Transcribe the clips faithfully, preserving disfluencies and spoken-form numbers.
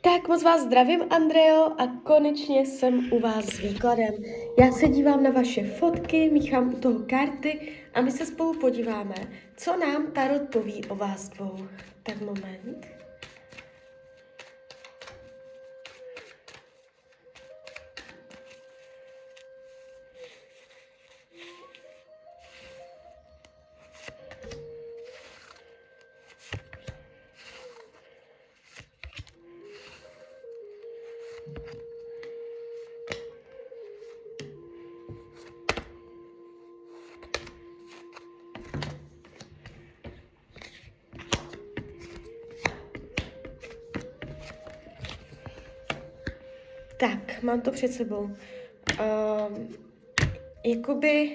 Tak moc vás zdravím, Andreo, a konečně jsem u vás s výkladem. Já se dívám na vaše fotky, míchám u toho karty a my se spolu podíváme, co nám tarot poví o vás dvou. Tak moment. Tak, mám to před sebou. Uh, jakoby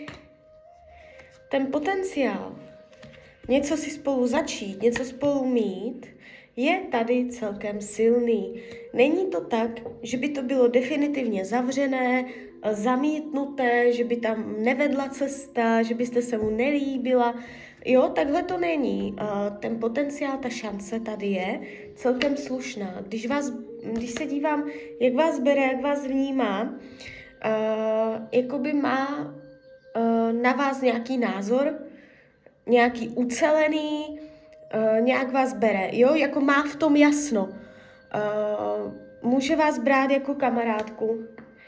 ten potenciál, něco si spolu začít, něco spolu mít, je tady celkem silný. Není to tak, že by to bylo definitivně zavřené, zamítnuté, že by tam nevedla cesta, že byste se mu nelíbila. Jo, takhle to není. Ten potenciál, ta šance tady je celkem slušná. Když, vás, když se dívám, jak vás bere, jak vás vnímá, jakoby má na vás nějaký názor, nějaký ucelený, uh, nějak vás bere, jo, jako má v tom jasno. Uh, může vás brát jako kamarádku, uh,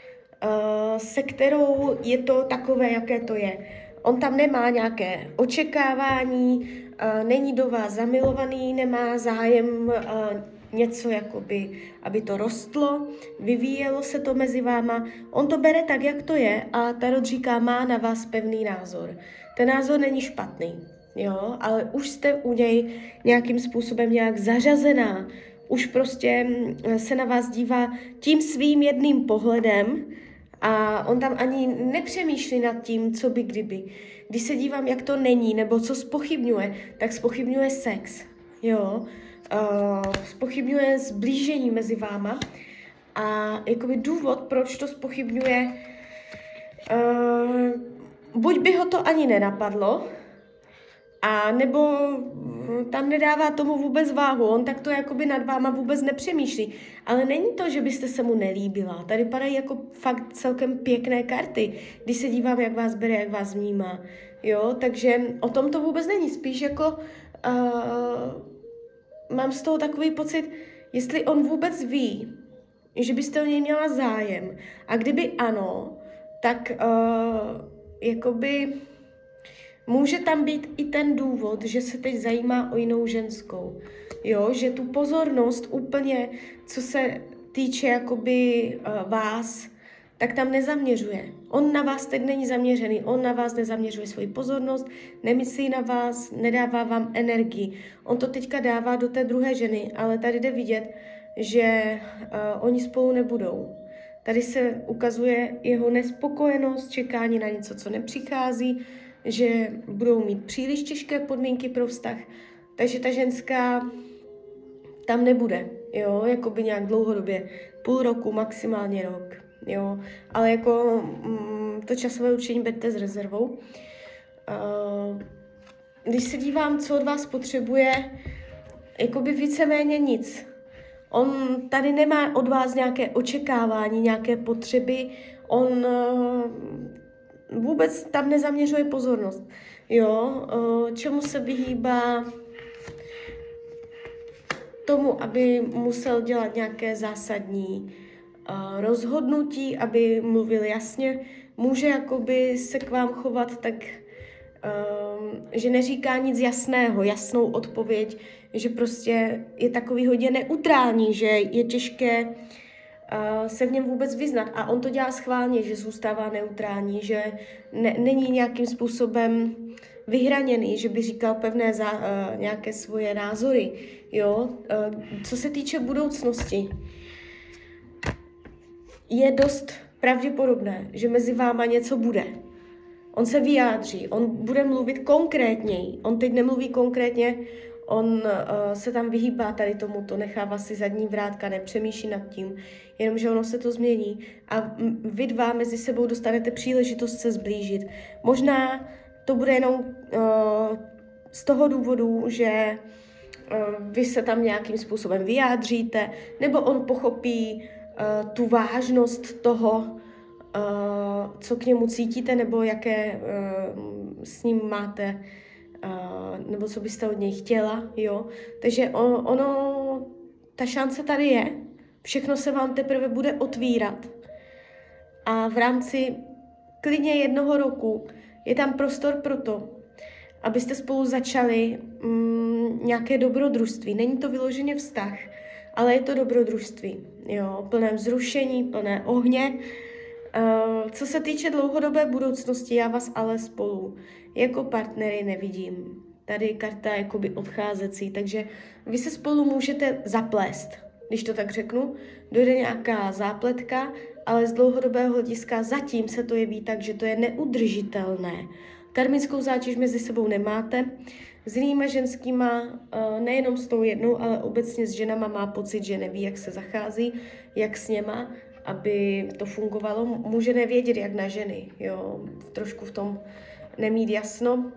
se kterou je to takové, jaké to je. On tam nemá nějaké očekávání, uh, není do vás zamilovaný, nemá zájem uh, něco, jakoby, aby to rostlo, vyvíjelo se to mezi váma. On to bere tak, jak to je a tarot říká, má na vás pevný názor. Ten názor není špatný, jo, ale už jste u něj nějakým způsobem nějak zařazená. Už prostě se na vás dívá tím svým jedným pohledem a on tam ani nepřemýšlí nad tím, co by kdyby. Když se dívám, jak to není, nebo co zpochybňuje, tak zpochybňuje sex, jo. Uh, zpochybňuje zblížení mezi váma a jakoby důvod, proč to zpochybňuje, uh, buď by ho to ani nenapadlo, a nebo tam nedává tomu vůbec váhu, on tak to jakoby nad váma vůbec nepřemýšlí. Ale není to, že byste se mu nelíbila. Tady padají jako fakt celkem pěkné karty, když se dívám, jak vás bere, jak vás vnímá. Jo, takže o tom to vůbec není. Spíš jako uh, mám z toho takový pocit, jestli on vůbec ví, že byste o něj měla zájem. A kdyby ano, tak uh, jakoby může tam být i ten důvod, že se teď zajímá o jinou ženskou. Jo, že tu pozornost úplně, co se týče jakoby uh, vás, tak tam nezaměřuje. On na vás teď není zaměřený, on na vás nezaměřuje svoji pozornost, nemyslí na vás, nedává vám energii. On to teďka dává do té druhé ženy, ale tady jde vidět, že uh, oni spolu nebudou. Tady se ukazuje jeho nespokojenost, čekání na něco, co nepřichází, že budou mít příliš těžké podmínky pro vztah, takže ta ženská tam nebude, jo, jakoby nějak dlouhodobě, půl roku, maximálně rok, jo, ale jako mm, to časové určení berte s rezervou. Uh, když se dívám, co od vás potřebuje, jakoby víceméně nic. On tady nemá od vás nějaké očekávání, nějaké potřeby, on uh, vůbec tam nezaměřuje pozornost. Jo, čemu se vyhýbá tomu, aby musel dělat nějaké zásadní uh, rozhodnutí, aby mluvil jasně. Může jakoby se k vám chovat tak, um, že neříká nic jasného, jasnou odpověď, že prostě je takový hodně neutrální, že je těžké Uh, se v něm vůbec vyznat. A on to dělá schválně, že zůstává neutrální, že ne, není nějakým způsobem vyhraněný, že by říkal pevné za, uh, nějaké svoje názory. Jo? Uh, co se týče budoucnosti, je dost pravděpodobné, že mezi váma něco bude. On se vyjádří, on bude mluvit konkrétněji. On teď nemluví konkrétně, on uh, se tam vyhýbá tady tomuto, nechává si zadní vrátka, nepřemýšlí nad tím, jenomže ono se to změní a vy dva mezi sebou dostanete příležitost se zblížit. Možná to bude jenom uh, z toho důvodu, že vy se tam nějakým způsobem vyjádříte, nebo on pochopí uh, tu vážnost toho, uh, co k němu cítíte, nebo jaké uh, s ním máte, uh, nebo co byste od něj chtěla, jo. Takže on, ono, ta šance tady je, všechno se vám teprve bude otvírat a v rámci klidně jednoho roku je tam prostor pro to, abyste spolu začali mm, nějaké dobrodružství. Není to vyloženě vztah, ale je to dobrodružství. Jo, plné vzrušení, plné ohně. Uh, co se týče dlouhodobé budoucnosti, já vás ale spolu jako partnery nevidím. Tady karta jakoby odcházecí, takže vy se spolu můžete zaplést, když to tak řeknu. Dojde nějaká zápletka, ale z dlouhodobého hlediska zatím se to jeví tak, že to je neudržitelné. Karmickou zátěž mezi sebou nemáte. S jinýma ženskýma, nejenom s tou jednou, ale obecně s ženama má pocit, že neví, jak se zachází, jak s něma, aby to fungovalo. Může nevědět, jak na ženy, jo, trošku v tom nemít jasno.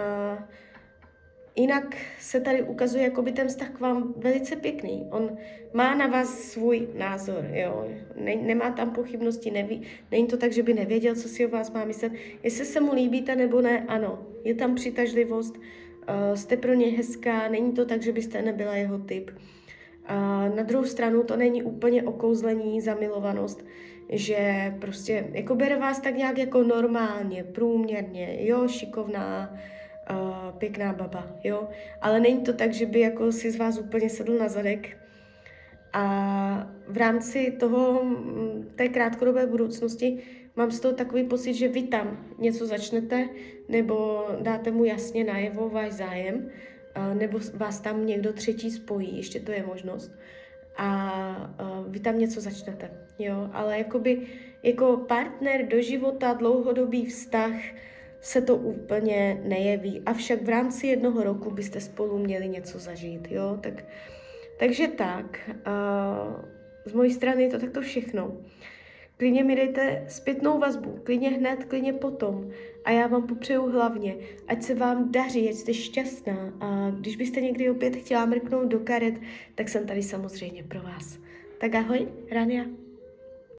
Jinak se tady ukazuje jakoby ten vztah k vám velice pěkný. On má na vás svůj názor, jo. Ne, nemá tam pochybnosti, neví, není to tak, že by nevěděl, co si o vás má myslet. Jestli se mu líbíte nebo ne, ano. Je tam přitažlivost, uh, jste pro něj hezká, není to tak, že byste nebyla jeho typ. Uh, na druhou stranu to není úplně okouzlení, zamilovanost, že prostě jako bere vás tak nějak jako normálně, průměrně, jo, šikovná, Uh, pěkná baba, jo, ale není to tak, že by jako si z vás úplně sedl na zadek a v rámci toho, té krátkodobé budoucnosti mám z toho takový pocit, že vy tam něco začnete nebo dáte mu jasně najevo váš zájem, uh, nebo vás tam někdo třetí spojí, ještě to je možnost a uh, vy tam něco začnete, jo, ale jakoby jako partner do života, dlouhodobý vztah se to úplně nejeví. Avšak v rámci jednoho roku byste spolu měli něco zažít, jo? Tak, takže tak, uh, z mojí strany je to takto všechno. Klidně mi dejte zpětnou vazbu, klidně hned, klidně potom. A já vám popřeju hlavně, ať se vám daří, ať jste šťastná. A když byste někdy opět chtěla mrknout do karet, tak jsem tady samozřejmě pro vás. Tak ahoj, Rania.